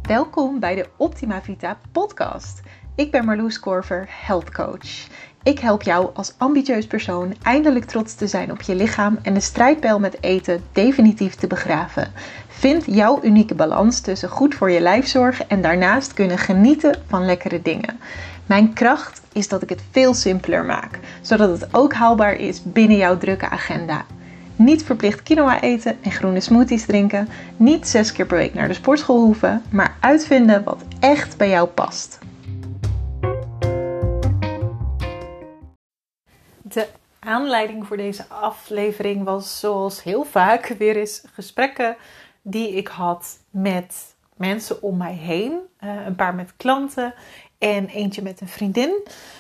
Welkom bij de Optima Vita podcast. Ik ben Marloes Korver, health coach. Ik help jou als ambitieus persoon eindelijk trots te zijn op je lichaam en de strijdbijl met eten definitief te begraven. Vind jouw unieke balans tussen goed voor je lijf zorgen en daarnaast kunnen genieten van lekkere dingen. Mijn kracht is dat ik het veel simpeler maak, zodat het ook haalbaar is binnen jouw drukke agenda. Niet verplicht quinoa eten en groene smoothies drinken. Niet 6 keer per week naar de sportschool hoeven. Maar uitvinden wat echt bij jou past. De aanleiding voor deze aflevering was zoals heel vaak weer eens gesprekken die ik had met mensen om mij heen. Een paar met klanten en eentje met een vriendin.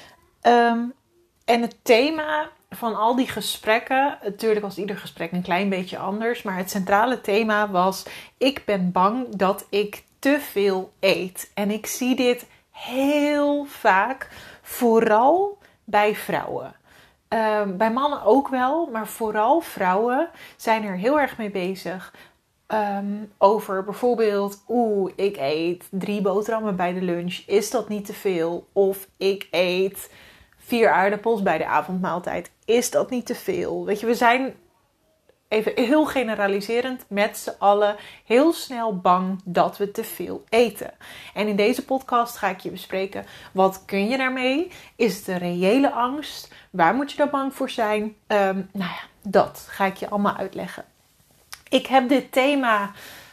En het thema van al die gesprekken, natuurlijk was ieder gesprek een klein beetje anders, maar het centrale thema was: ik ben bang dat ik te veel eet. En ik zie dit heel vaak, vooral bij vrouwen. Bij mannen ook wel, maar vooral vrouwen zijn er heel erg mee bezig. Over bijvoorbeeld, ik eet 3 boterhammen bij de lunch, is dat niet te veel? Of ik eet 4 aardappels bij de avondmaaltijd, is dat niet te veel? Weet je, we zijn even heel generaliserend met z'n allen heel snel bang dat we te veel eten. En in deze podcast ga ik je bespreken, wat kun je daarmee? Is het een reële angst? Waar moet je dan bang voor zijn? Dat ga ik je allemaal uitleggen. Ik heb dit thema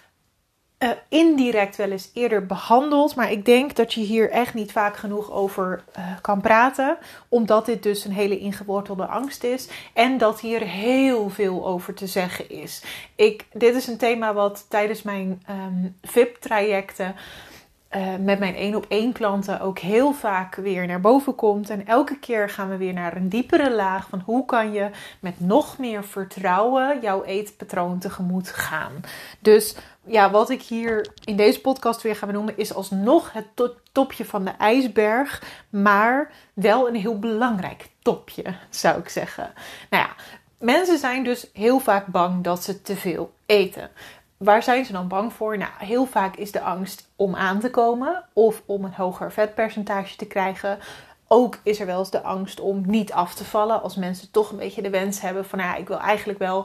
indirect wel eens eerder behandeld, maar ik denk dat je hier echt niet vaak genoeg over kan praten, omdat dit dus een hele ingewortelde angst is en dat hier heel veel over te zeggen is. Dit is een thema wat tijdens mijn VIP-trajecten met mijn 1-op-1 klanten ook heel vaak weer naar boven komt. En elke keer gaan we weer naar een diepere laag van hoe kan je met nog meer vertrouwen jouw eetpatroon tegemoet gaan. Dus ja, wat ik hier in deze podcast weer ga benoemen is alsnog het topje van de ijsberg, maar wel een heel belangrijk topje, zou ik zeggen. Nou ja, mensen zijn dus heel vaak bang dat ze te veel eten. Waar zijn ze dan bang voor? Nou, heel vaak is de angst om aan te komen of om een hoger vetpercentage te krijgen. Ook is er wel eens de angst om niet af te vallen. Als mensen toch een beetje de wens hebben van, ik wil eigenlijk wel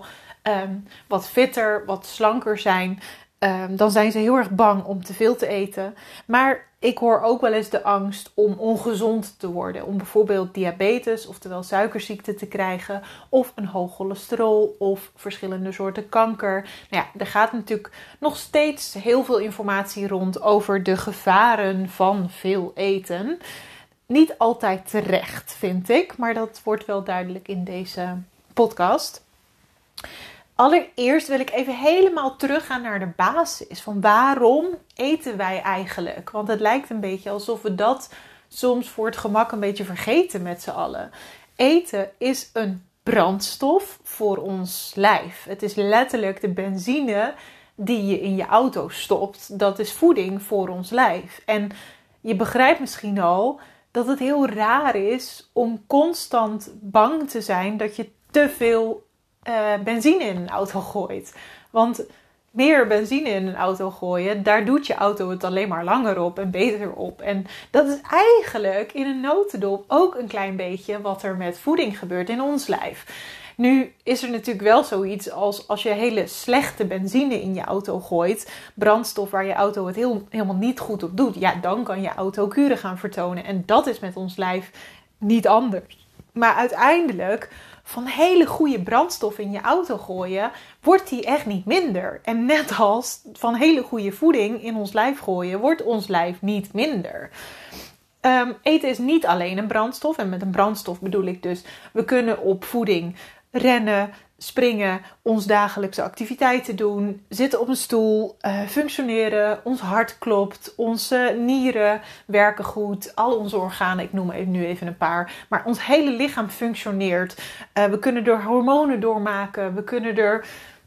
wat fitter, wat slanker zijn. Dan zijn ze heel erg bang om te veel te eten. Maar ik hoor ook wel eens de angst om ongezond te worden. Om bijvoorbeeld diabetes, oftewel suikerziekte te krijgen. Of een hoog cholesterol of verschillende soorten kanker. Nou ja, er gaat natuurlijk nog steeds heel veel informatie rond over de gevaren van veel eten. Niet altijd terecht, vind ik. Maar dat wordt wel duidelijk in deze podcast. Allereerst wil ik even helemaal teruggaan naar de basis van waarom eten wij eigenlijk? Want het lijkt een beetje alsof we dat soms voor het gemak een beetje vergeten met z'n allen. Eten is een brandstof voor ons lijf. Het is letterlijk de benzine die je in je auto stopt. Dat is voeding voor ons lijf. En je begrijpt misschien al dat het heel raar is om constant bang te zijn dat je te veel benzine in een auto gooit. Want meer benzine in een auto gooien, daar doet je auto het alleen maar langer op en beter op. En dat is eigenlijk in een notendop ook een klein beetje wat er met voeding gebeurt in ons lijf. Nu is er natuurlijk wel zoiets als je hele slechte benzine in je auto gooit, brandstof waar je auto het helemaal niet goed op doet, ja, dan kan je auto kuren gaan vertonen. En dat is met ons lijf niet anders. Maar uiteindelijk, van hele goede brandstof in je auto gooien, wordt die echt niet minder. En net als van hele goede voeding in ons lijf gooien, wordt ons lijf niet minder. Eten is niet alleen een brandstof. En met een brandstof bedoel ik dus, we kunnen op voeding rennen, springen, ons dagelijkse activiteiten doen, zitten op een stoel, functioneren, ons hart klopt, onze nieren werken goed, al onze organen, ik noem nu even een paar, maar ons hele lichaam functioneert. We kunnen er hormonen doormaken, we kunnen er,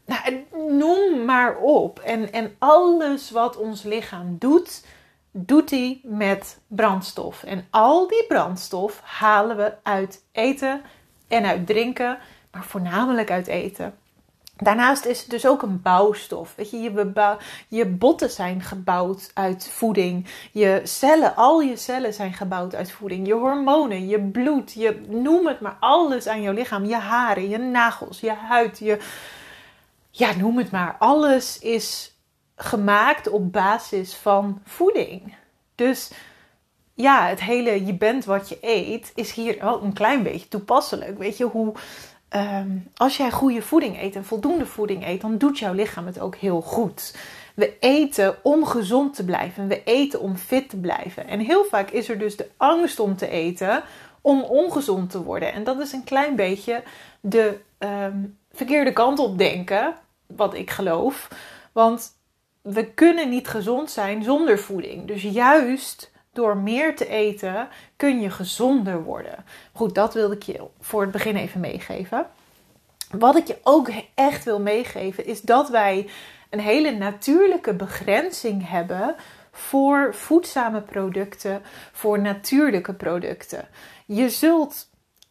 noem maar op. En alles wat ons lichaam doet hij met brandstof. En al die brandstof halen we uit eten en uit drinken, maar voornamelijk uit eten. Daarnaast is het dus ook een bouwstof. Weet je, je botten zijn gebouwd uit voeding. Je cellen, al je cellen zijn gebouwd uit voeding. Je hormonen, je bloed, noem het maar, alles aan jouw lichaam. Je haren, je nagels, je huid, noem het maar. Alles is gemaakt op basis van voeding. Dus ja, het hele je bent wat je eet is hier wel een klein beetje toepasselijk. Weet je, hoe als jij goede voeding eet en voldoende voeding eet, dan doet jouw lichaam het ook heel goed. We eten om gezond te blijven. We eten om fit te blijven. En heel vaak is er dus de angst om te eten om ongezond te worden. En dat is een klein beetje de verkeerde kant op denken, wat ik geloof. Want we kunnen niet gezond zijn zonder voeding. Dus juist door meer te eten kun je gezonder worden. Goed, dat wilde ik je voor het begin even meegeven. Wat ik je ook echt wil meegeven is dat wij een hele natuurlijke begrenzing hebben voor voedzame producten, voor natuurlijke producten. Je zult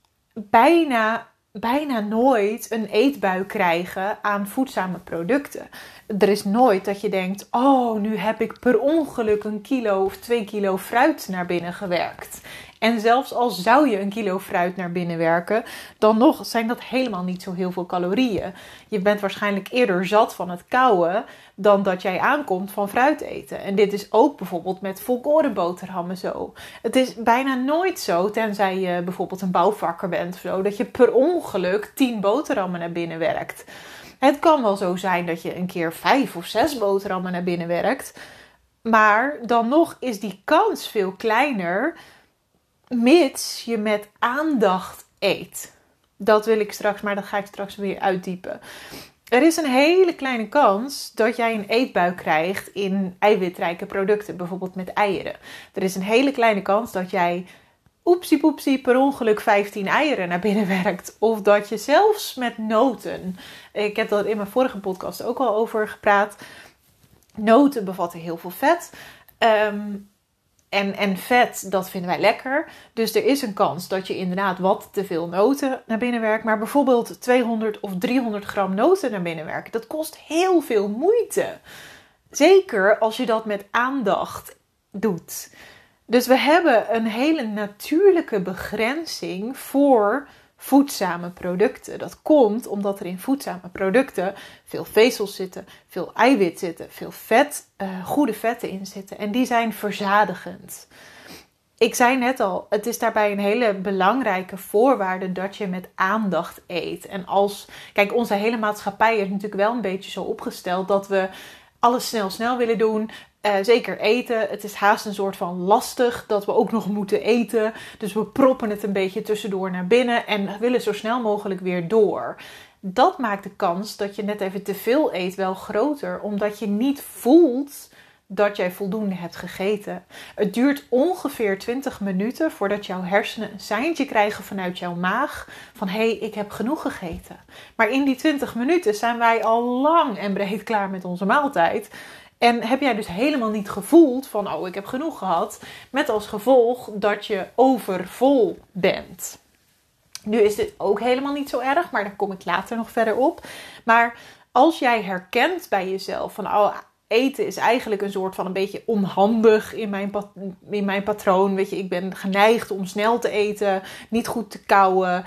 bijna nooit een eetbui krijgen aan voedzame producten. Er is nooit dat je denkt, oh, nu heb ik per ongeluk 1 kilo of 2 kilo fruit naar binnen gewerkt. En zelfs al zou je 1 kilo fruit naar binnen werken, dan nog zijn dat helemaal niet zo heel veel calorieën. Je bent waarschijnlijk eerder zat van het kauwen dan dat jij aankomt van fruit eten. En dit is ook bijvoorbeeld met volkoren boterhammen zo. Het is bijna nooit zo, tenzij je bijvoorbeeld een bouwvakker bent of zo, dat je per ongeluk 10 boterhammen naar binnen werkt. Het kan wel zo zijn dat je een keer 5 of 6 boterhammen naar binnen werkt. Maar dan nog is die kans veel kleiner, mits je met aandacht eet. Dat wil ik straks, maar dat ga ik straks weer uitdiepen. Er is een hele kleine kans dat jij een eetbui krijgt in eiwitrijke producten, bijvoorbeeld met eieren. Er is een hele kleine kans dat jij oepsie per ongeluk 15 eieren naar binnen werkt. Of dat je zelfs met noten, ik heb dat in mijn vorige podcast ook al over gepraat. Noten bevatten heel veel vet. En vet, dat vinden wij lekker. Dus er is een kans dat je inderdaad wat te veel noten naar binnen werkt. Maar bijvoorbeeld 200 of 300 gram noten naar binnen werken, dat kost heel veel moeite. Zeker als je dat met aandacht doet. Dus we hebben een hele natuurlijke begrenzing voor voedzame producten. Dat komt omdat er in voedzame producten veel vezels zitten, veel eiwit zitten, veel vet, goede vetten in zitten. En die zijn verzadigend. Ik zei net al, het is daarbij een hele belangrijke voorwaarde dat je met aandacht eet. En kijk, onze hele maatschappij is natuurlijk wel een beetje zo opgesteld dat we alles snel willen doen. Zeker eten. Het is haast een soort van lastig dat we ook nog moeten eten. Dus we proppen het een beetje tussendoor naar binnen en willen zo snel mogelijk weer door. Dat maakt de kans dat je net even te veel eet wel groter, omdat je niet voelt dat jij voldoende hebt gegeten. Het duurt ongeveer 20 minuten voordat jouw hersenen een seintje krijgen vanuit jouw maag van hé, ik heb genoeg gegeten. Maar in die 20 minuten zijn wij al lang en breed klaar met onze maaltijd. En heb jij dus helemaal niet gevoeld van oh, ik heb genoeg gehad. Met als gevolg dat je overvol bent. Nu is dit ook helemaal niet zo erg, maar daar kom ik later nog verder op. Maar als jij herkent bij jezelf van oh, eten is eigenlijk een soort van een beetje onhandig in mijn patroon. Weet je, ik ben geneigd om snel te eten, niet goed te kauwen.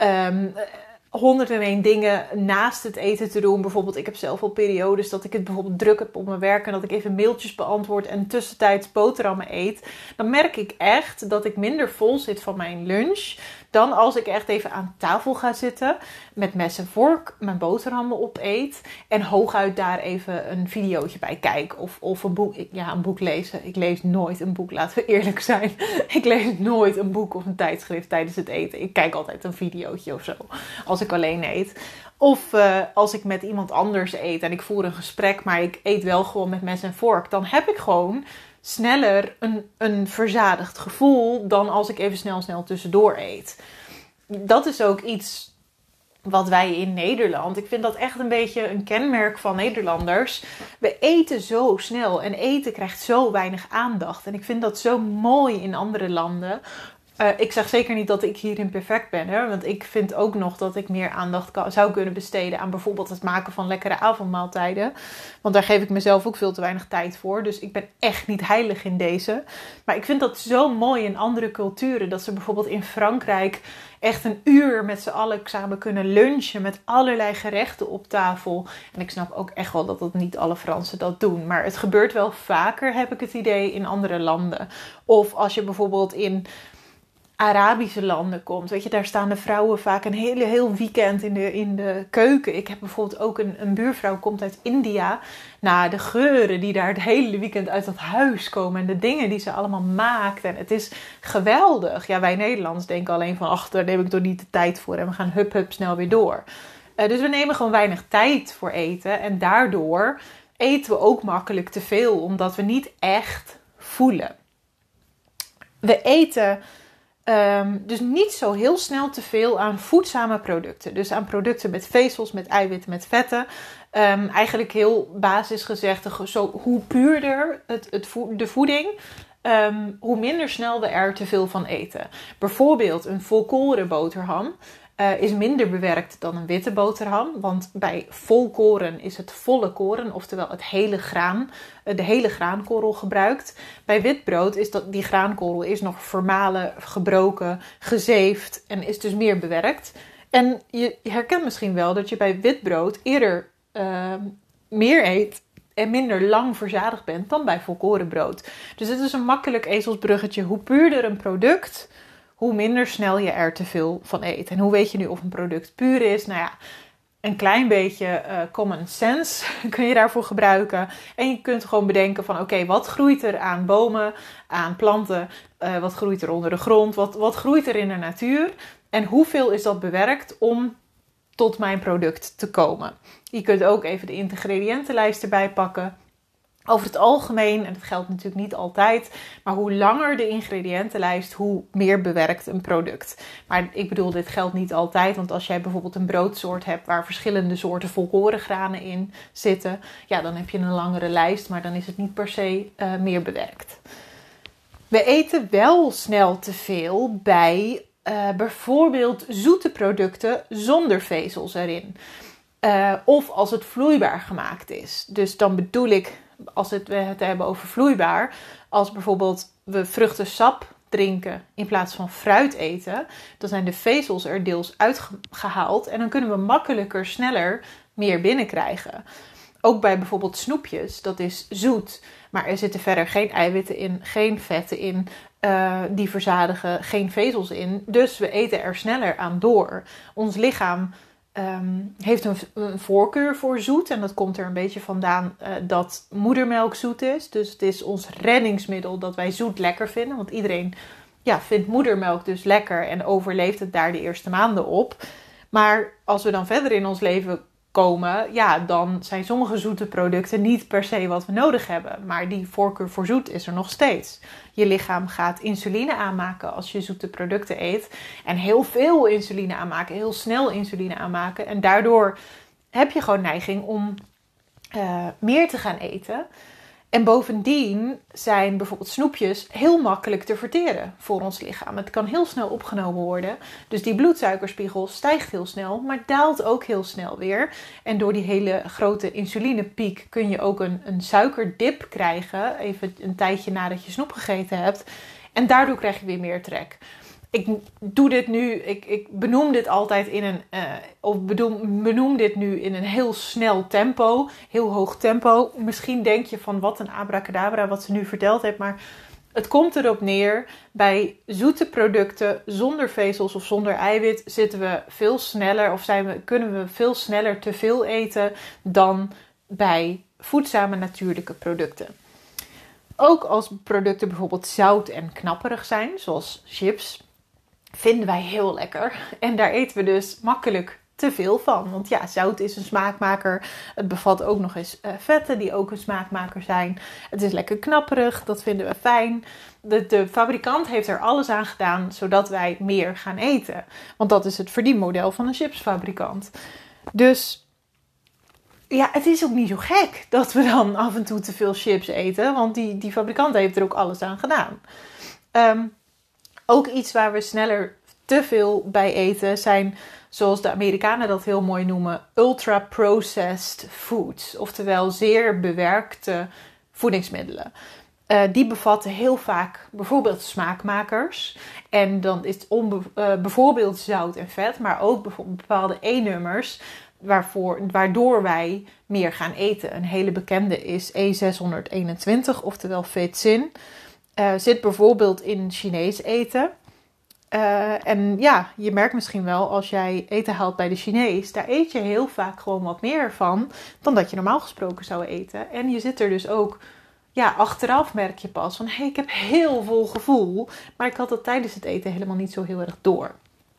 101 dingen naast het eten te doen. Bijvoorbeeld, ik heb zelf al periodes dat ik het bijvoorbeeld druk heb op mijn werk en dat ik even mailtjes beantwoord en tussentijds boterhammen eet. Dan merk ik echt dat ik minder vol zit van mijn lunch dan als ik echt even aan tafel ga zitten met mes en vork, mijn boterhammen opeet en hooguit daar even een videootje bij kijk of een boek. Een boek lezen. Ik lees nooit een boek, laten we eerlijk zijn. Ik lees nooit een boek of een tijdschrift tijdens het eten. Ik kijk altijd een videootje of zo als ik alleen eet. Of als ik met iemand anders eet en ik voer een gesprek, maar ik eet wel gewoon met mes en vork, dan heb ik gewoon sneller een verzadigd gevoel dan als ik even snel tussendoor eet. Dat is ook iets wat wij in Nederland, ik vind dat echt een beetje een kenmerk van Nederlanders. We eten zo snel en eten krijgt zo weinig aandacht. En ik vind dat zo mooi in andere landen. Ik zeg zeker niet dat ik hierin perfect ben. Hè? Want ik vind ook nog dat ik meer aandacht zou kunnen besteden aan bijvoorbeeld het maken van lekkere avondmaaltijden. Want daar geef ik mezelf ook veel te weinig tijd voor. Dus ik ben echt niet heilig in deze. Maar ik vind dat zo mooi in andere culturen. Dat ze bijvoorbeeld in Frankrijk echt een uur met z'n allen samen kunnen lunchen. Met allerlei gerechten op tafel. En ik snap ook echt wel dat niet alle Fransen dat doen. Maar het gebeurt wel vaker, heb ik het idee, in andere landen. Of als je bijvoorbeeld in Arabische landen komt. Weet je, daar staan de vrouwen vaak een heel weekend in de keuken. Ik heb bijvoorbeeld ook een buurvrouw, komt uit India. Nou, de geuren die daar het hele weekend uit dat huis komen. En de dingen die ze allemaal maakt. En het is geweldig. Ja, wij Nederlanders denken alleen van, ach, daar neem ik toch niet de tijd voor. En we gaan hup snel weer door. Dus we nemen gewoon weinig tijd voor eten. En daardoor eten we ook makkelijk te veel. Omdat we niet echt voelen. We eten dus niet zo heel snel te veel aan voedzame producten. Dus aan producten met vezels, met eiwitten, met vetten. Eigenlijk heel basis gezegd, hoe puurder de voeding, hoe minder snel we er te veel van eten. Bijvoorbeeld een volkoren boterham is minder bewerkt dan een witte boterham. Want bij volkoren is het volle koren, oftewel het hele graan, de hele graankorrel gebruikt. Bij witbrood is die graankorrel is nog vermalen, gebroken, gezeefd en is dus meer bewerkt. En je herkent misschien wel dat je bij witbrood eerder meer eet en minder lang verzadigd bent dan bij volkorenbrood. Dus het is een makkelijk ezelsbruggetje. Hoe puurder een product, hoe minder snel je er te veel van eet. En hoe weet je nu of een product puur is? Nou ja, een klein beetje common sense kun je daarvoor gebruiken. En je kunt gewoon bedenken van oké, wat groeit er aan bomen, aan planten? Wat groeit er onder de grond? Wat groeit er in de natuur? En hoeveel is dat bewerkt om tot mijn product te komen? Je kunt ook even de ingrediëntenlijst erbij pakken. Over het algemeen, en dat geldt natuurlijk niet altijd, maar hoe langer de ingrediëntenlijst, hoe meer bewerkt een product. Maar ik bedoel, dit geldt niet altijd, want als jij bijvoorbeeld een broodsoort hebt waar verschillende soorten volkorengranen in zitten, ja, dan heb je een langere lijst, maar dan is het niet per se meer bewerkt. We eten wel snel te veel bij bijvoorbeeld zoete producten zonder vezels erin. Of als het vloeibaar gemaakt is. Dus dan bedoel ik, als we het hebben over vloeibaar, als bijvoorbeeld we vruchtensap drinken in plaats van fruit eten, dan zijn de vezels er deels uitgehaald en dan kunnen we makkelijker, sneller meer binnenkrijgen. Ook bij bijvoorbeeld snoepjes, dat is zoet, maar er zitten verder geen eiwitten in, geen vetten in, die verzadigen, geen vezels in. Dus we eten er sneller aan door. Ons lichaam heeft een voorkeur voor zoet. En dat komt er een beetje vandaan dat moedermelk zoet is. Dus het is ons reddingsmiddel dat wij zoet lekker vinden. Want iedereen vindt moedermelk dus lekker en overleeft het daar de eerste maanden op. Maar als we dan verder in ons leven komen, dan zijn sommige zoete producten niet per se wat we nodig hebben. Maar die voorkeur voor zoet is er nog steeds. Je lichaam gaat insuline aanmaken als je zoete producten eet. En heel veel insuline aanmaken, heel snel insuline aanmaken. En daardoor heb je gewoon neiging om meer te gaan eten. En bovendien zijn bijvoorbeeld snoepjes heel makkelijk te verteren voor ons lichaam. Het kan heel snel opgenomen worden. Dus die bloedsuikerspiegel stijgt heel snel, maar daalt ook heel snel weer. En door die hele grote insulinepiek kun je ook een suikerdip krijgen. Even een tijdje nadat je snoep gegeten hebt. En daardoor krijg je weer meer trek. Ik doe dit nu, ik benoem dit altijd benoem dit nu in een heel snel tempo, heel hoog tempo. Misschien denk je van wat een abracadabra wat ze nu verteld heeft, maar het komt erop neer, bij zoete producten zonder vezels of zonder eiwit zitten we veel sneller of kunnen we veel sneller te veel eten dan bij voedzame natuurlijke producten. Ook als producten bijvoorbeeld zout en knapperig zijn, zoals chips, vinden wij heel lekker. En daar eten we dus makkelijk te veel van. Want zout is een smaakmaker. Het bevat ook nog eens vetten die ook een smaakmaker zijn. Het is lekker knapperig, dat vinden we fijn. De fabrikant heeft er alles aan gedaan zodat wij meer gaan eten. Want dat is het verdienmodel van een chipsfabrikant. Dus het is ook niet zo gek dat we dan af en toe te veel chips eten. Want die fabrikant heeft er ook alles aan gedaan. Ook iets waar we sneller te veel bij eten zijn, zoals de Amerikanen dat heel mooi noemen, ultra-processed foods. Oftewel zeer bewerkte voedingsmiddelen. Die bevatten heel vaak bijvoorbeeld smaakmakers. En dan is het bijvoorbeeld zout en vet, maar ook bijvoorbeeld bepaalde E-nummers waardoor wij meer gaan eten. Een hele bekende is E621, oftewel vetsin. Zit bijvoorbeeld in Chinees eten. En ja, je merkt misschien wel als jij eten haalt bij de Chinees, daar eet je heel vaak gewoon wat meer van dan dat je normaal gesproken zou eten. En je zit er dus ook, ja, achteraf merk je pas van, ik heb heel veel gevoel, maar ik had dat tijdens het eten helemaal niet zo heel erg door.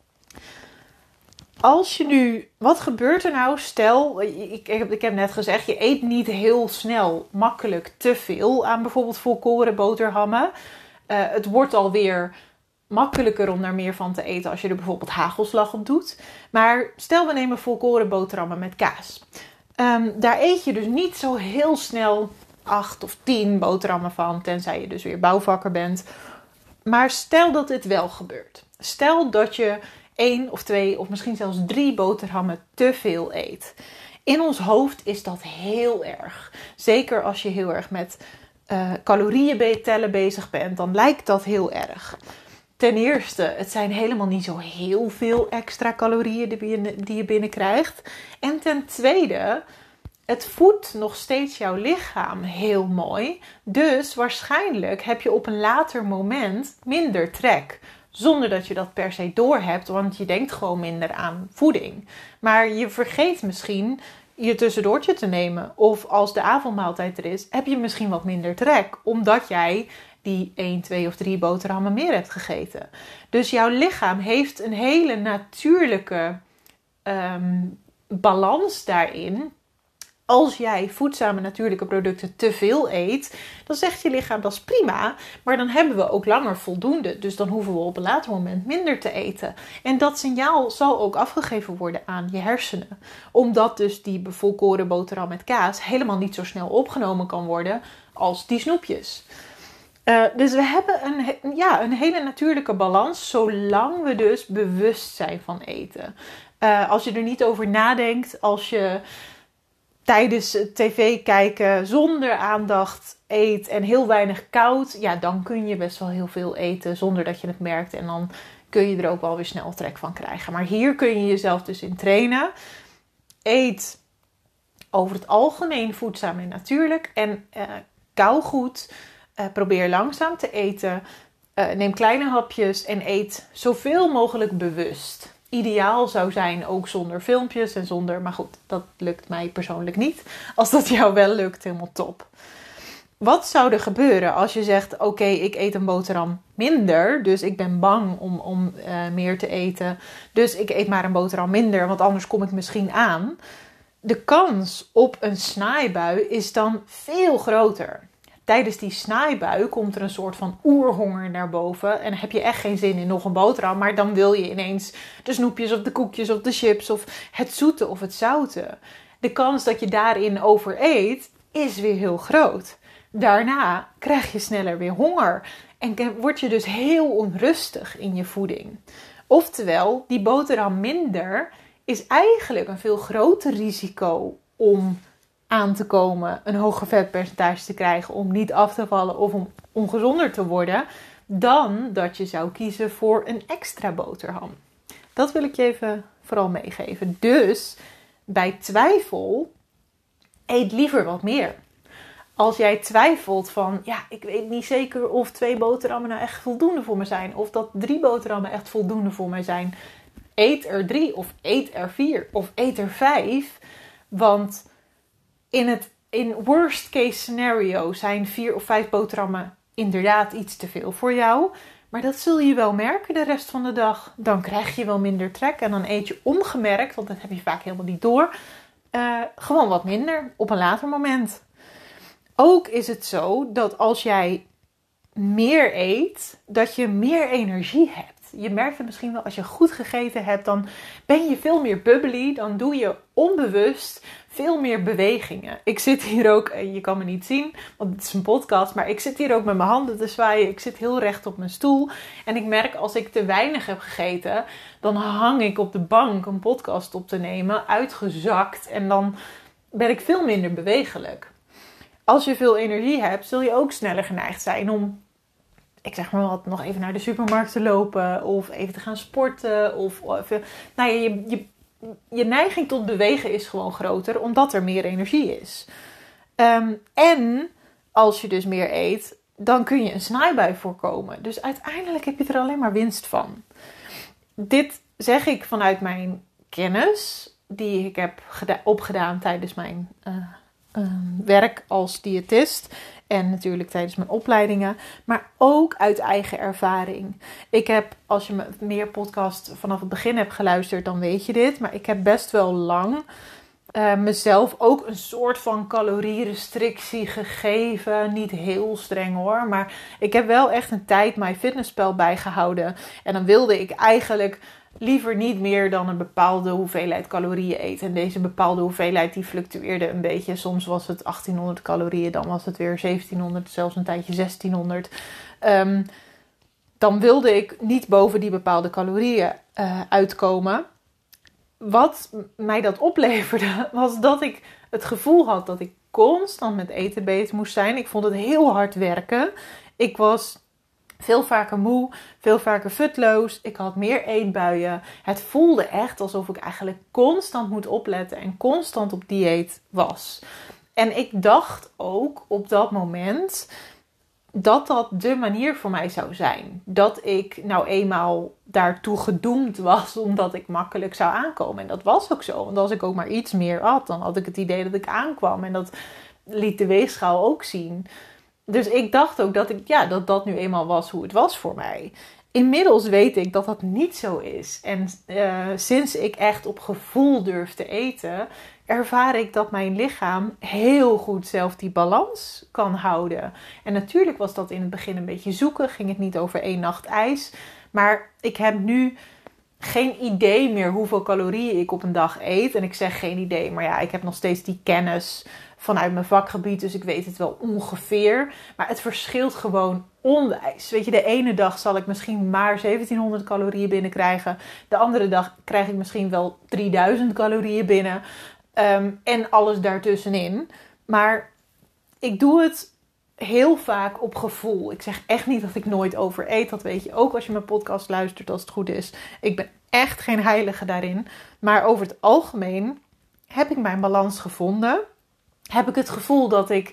Wat gebeurt er nou? Stel, ik heb net gezegd, je eet niet heel snel makkelijk te veel aan bijvoorbeeld volkoren boterhammen. Het wordt alweer makkelijker om daar meer van te eten als je er bijvoorbeeld hagelslag op doet. Maar stel we nemen volkoren boterhammen met kaas. Daar eet je dus niet zo heel snel 8 of 10 boterhammen van, tenzij je dus weer bouwvakker bent. Maar stel dat dit wel gebeurt. Stel dat je 1 of 2 of misschien zelfs 3 boterhammen te veel eet. In ons hoofd is dat heel erg. Zeker als je heel erg met calorieën tellen bezig bent, dan lijkt dat heel erg. Ten eerste, het zijn helemaal niet zo heel veel extra calorieën die je binnenkrijgt. En ten tweede, het voedt nog steeds jouw lichaam heel mooi. Dus waarschijnlijk heb je op een later moment minder trek. Zonder dat je dat per se doorhebt, want je denkt gewoon minder aan voeding. Maar je vergeet misschien je tussendoortje te nemen. Of als de avondmaaltijd er is, heb je misschien wat minder trek. Omdat jij die 1, 2 of 3 boterhammen meer hebt gegeten. Dus jouw lichaam heeft een hele natuurlijke balans daarin. Als jij voedzame natuurlijke producten te veel eet, dan zegt je lichaam dat is prima, maar dan hebben we ook langer voldoende. Dus dan hoeven we op een later moment minder te eten. En dat signaal zal ook afgegeven worden aan je hersenen. Omdat dus die volkoren boterham met kaas helemaal niet zo snel opgenomen kan worden als die snoepjes. Dus we hebben een hele natuurlijke balans, zolang we dus bewust zijn van eten. Als je er niet over nadenkt, als je tijdens tv kijken zonder aandacht eet en heel weinig koud, ja, dan kun je best wel heel veel eten zonder dat je het merkt. En dan kun je er ook wel weer snel trek van krijgen. Maar hier kun je jezelf dus in trainen. Eet over het algemeen voedzaam en natuurlijk. En kauw goed. Probeer langzaam te eten. Neem kleine hapjes en eet zoveel mogelijk bewust. Ideaal zou zijn ook zonder filmpjes en zonder... Maar goed, dat lukt mij persoonlijk niet. Als dat jou wel lukt, helemaal top. Wat zou er gebeuren als je zegt... Oké, ik eet een boterham minder. Dus ik ben bang om meer te eten. Dus ik eet maar een boterham minder. Want anders kom ik misschien aan. De kans op een snaaibui is dan veel groter. Tijdens die snaaibui komt er een soort van oerhonger naar boven. En dan heb je echt geen zin in nog een boterham. Maar dan wil je ineens de snoepjes of de koekjes of de chips of het zoete of het zoute. De kans dat je daarin overeet is weer heel groot. Daarna krijg je sneller weer honger. En word je dus heel onrustig in je voeding. Oftewel, die boterham minder is eigenlijk een veel groter risico om aan te komen, een hoger vetpercentage te krijgen, om niet af te vallen of om ongezonder te worden, dan dat je zou kiezen voor een extra boterham. Dat wil ik je even vooral meegeven. Dus bij twijfel, eet liever wat meer. Als jij twijfelt van, ja, ik weet niet zeker of 2 boterhammen nou echt voldoende voor me zijn, of dat 3 boterhammen echt voldoende voor mij zijn, eet er 3 of eet er 4 of eet er 5, want in worst case scenario zijn 4 of 5 boterhammen inderdaad iets te veel voor jou. Maar dat zul je wel merken de rest van de dag. Dan krijg je wel minder trek en dan eet je ongemerkt, want dat heb je vaak helemaal niet door, gewoon wat minder op een later moment. Ook is het zo dat als jij meer eet, dat je meer energie hebt. Je merkt het misschien wel als je goed gegeten hebt, dan ben je veel meer bubbly. Dan doe je onbewust veel meer bewegingen. Ik zit hier ook, je kan me niet zien, want het is een podcast, maar ik zit hier ook met mijn handen te zwaaien. Ik zit heel recht op mijn stoel. En ik merk als ik te weinig heb gegeten, dan hang ik op de bank een podcast op te nemen, uitgezakt. En dan ben ik veel minder bewegelijk. Als je veel energie hebt, zul je ook sneller geneigd zijn om, ik zeg maar wat, nog even naar de supermarkt te lopen of even te gaan sporten. Of even, nou ja, je neiging tot bewegen is gewoon groter, omdat er meer energie is. En als je dus meer eet, dan kun je een snijbui voorkomen. Dus uiteindelijk heb je er alleen maar winst van. Dit zeg ik vanuit mijn kennis, die ik heb opgedaan tijdens mijn werk als diëtist. En natuurlijk tijdens mijn opleidingen. Maar ook uit eigen ervaring. Ik heb, als je meer podcast vanaf het begin hebt geluisterd, dan weet je dit. Maar ik heb best wel lang mezelf ook een soort van calorierestrictie gegeven. Niet heel streng hoor. Maar ik heb wel echt een tijd MyFitnessPal bijgehouden. En dan wilde ik eigenlijk liever niet meer dan een bepaalde hoeveelheid calorieën eten. En deze bepaalde hoeveelheid die fluctueerde een beetje. Soms was het 1800 calorieën, dan was het weer 1700, zelfs een tijdje 1600. Dan wilde ik niet boven die bepaalde calorieën uitkomen. Wat mij dat opleverde, was dat ik het gevoel had dat ik constant met eten bezig moest zijn. Ik vond het heel hard werken. Ik was veel vaker moe, veel vaker futloos. Ik had meer eetbuien. Het voelde echt alsof ik eigenlijk constant moet opletten en constant op dieet was. En ik dacht ook op dat moment dat dat de manier voor mij zou zijn. Dat ik nou eenmaal daartoe gedoemd was, omdat ik makkelijk zou aankomen. En dat was ook zo. Want als ik ook maar iets meer at, dan had ik het idee dat ik aankwam. En dat liet de weegschaal ook zien. Dus ik dacht ook dat nu eenmaal was hoe het was voor mij. Inmiddels weet ik dat dat niet zo is. En sinds ik echt op gevoel durf te eten, ervaar ik dat mijn lichaam heel goed zelf die balans kan houden. En natuurlijk was dat in het begin een beetje zoeken. Ging het niet over 1 nacht ijs. Maar ik heb nu geen idee meer hoeveel calorieën ik op een dag eet. En ik zeg geen idee, maar ja, ik heb nog steeds die kennis vanuit mijn vakgebied. Dus ik weet het wel ongeveer. Maar het verschilt gewoon onwijs. Weet je, de ene dag zal ik misschien maar 1700 calorieën binnenkrijgen. De andere dag krijg ik misschien wel 3000 calorieën binnen. En alles daartussenin. Maar ik doe het heel vaak op gevoel. Ik zeg echt niet dat ik nooit overeet. Dat weet je ook als je mijn podcast luistert, als het goed is. Ik ben echt geen heilige daarin. Maar over het algemeen heb ik mijn balans gevonden. Heb ik het gevoel dat ik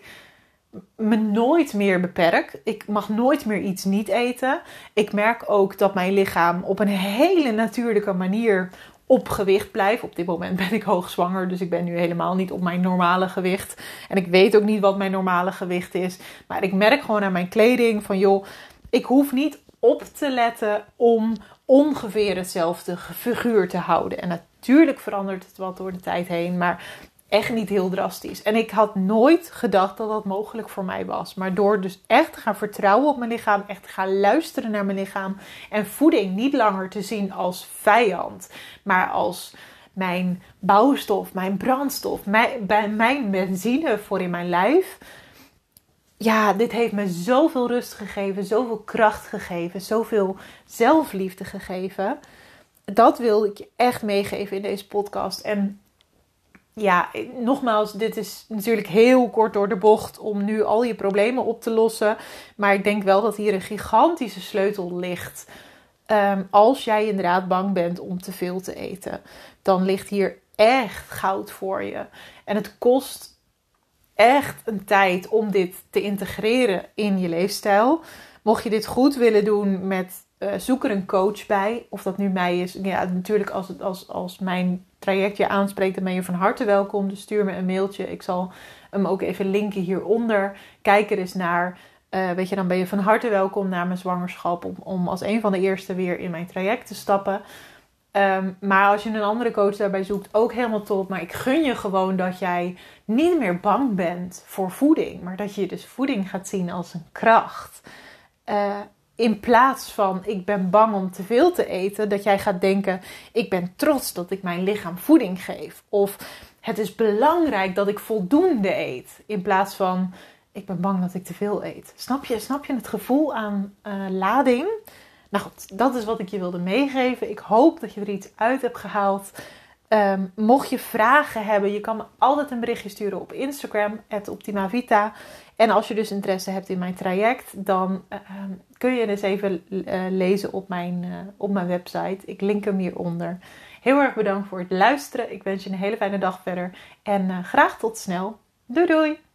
me nooit meer beperk. Ik mag nooit meer iets niet eten. Ik merk ook dat mijn lichaam op een hele natuurlijke manier op gewicht blijft. Op dit moment ben ik hoogzwanger, dus ik ben nu helemaal niet op mijn normale gewicht. En ik weet ook niet wat mijn normale gewicht is. Maar ik merk gewoon aan mijn kleding van joh, ik hoef niet op te letten om ongeveer hetzelfde figuur te houden. En natuurlijk verandert het wat door de tijd heen, maar echt niet heel drastisch. En ik had nooit gedacht dat dat mogelijk voor mij was. Maar door dus echt te gaan vertrouwen op mijn lichaam, echt te gaan luisteren naar mijn lichaam en voeding niet langer te zien als vijand, maar als mijn bouwstof, mijn brandstof, mijn benzine voor in mijn lijf. Ja, dit heeft me zoveel rust gegeven, zoveel kracht gegeven, zoveel zelfliefde gegeven. Dat wil ik je echt meegeven in deze podcast. En ja, nogmaals, dit is natuurlijk heel kort door de bocht om nu al je problemen op te lossen. Maar ik denk wel dat hier een gigantische sleutel ligt. Als jij inderdaad bang bent om te veel te eten, dan ligt hier echt goud voor je. En het kost echt een tijd om dit te integreren in je leefstijl. Mocht je dit goed willen doen zoek er een coach bij. Of dat nu mij is. Ja, natuurlijk als mijn traject je aanspreekt, dan ben je van harte welkom. Dus stuur me een mailtje. Ik zal hem ook even linken hieronder. Kijk er eens naar. Dan ben je van harte welkom na mijn zwangerschap om als een van de eerste weer in mijn traject te stappen. Maar als je een andere coach daarbij zoekt, ook helemaal top. Maar ik gun je gewoon dat jij niet meer bang bent voor voeding. Maar dat je dus voeding gaat zien als een kracht. In plaats van ik ben bang om te veel te eten, dat jij gaat denken ik ben trots dat ik mijn lichaam voeding geef. Of het is belangrijk dat ik voldoende eet. In plaats van ik ben bang dat ik te veel eet. Snap je het gevoel aan lading? Nou goed, dat is wat ik je wilde meegeven. Ik hoop dat je er iets uit hebt gehaald. Mocht je vragen hebben, je kan me altijd een berichtje sturen op Instagram, @optimavita. En als je dus interesse hebt in mijn traject, dan kun je dus even lezen op mijn website. Ik link hem hieronder. Heel erg bedankt voor het luisteren. Ik wens je een hele fijne dag verder. En graag tot snel. Doei doei!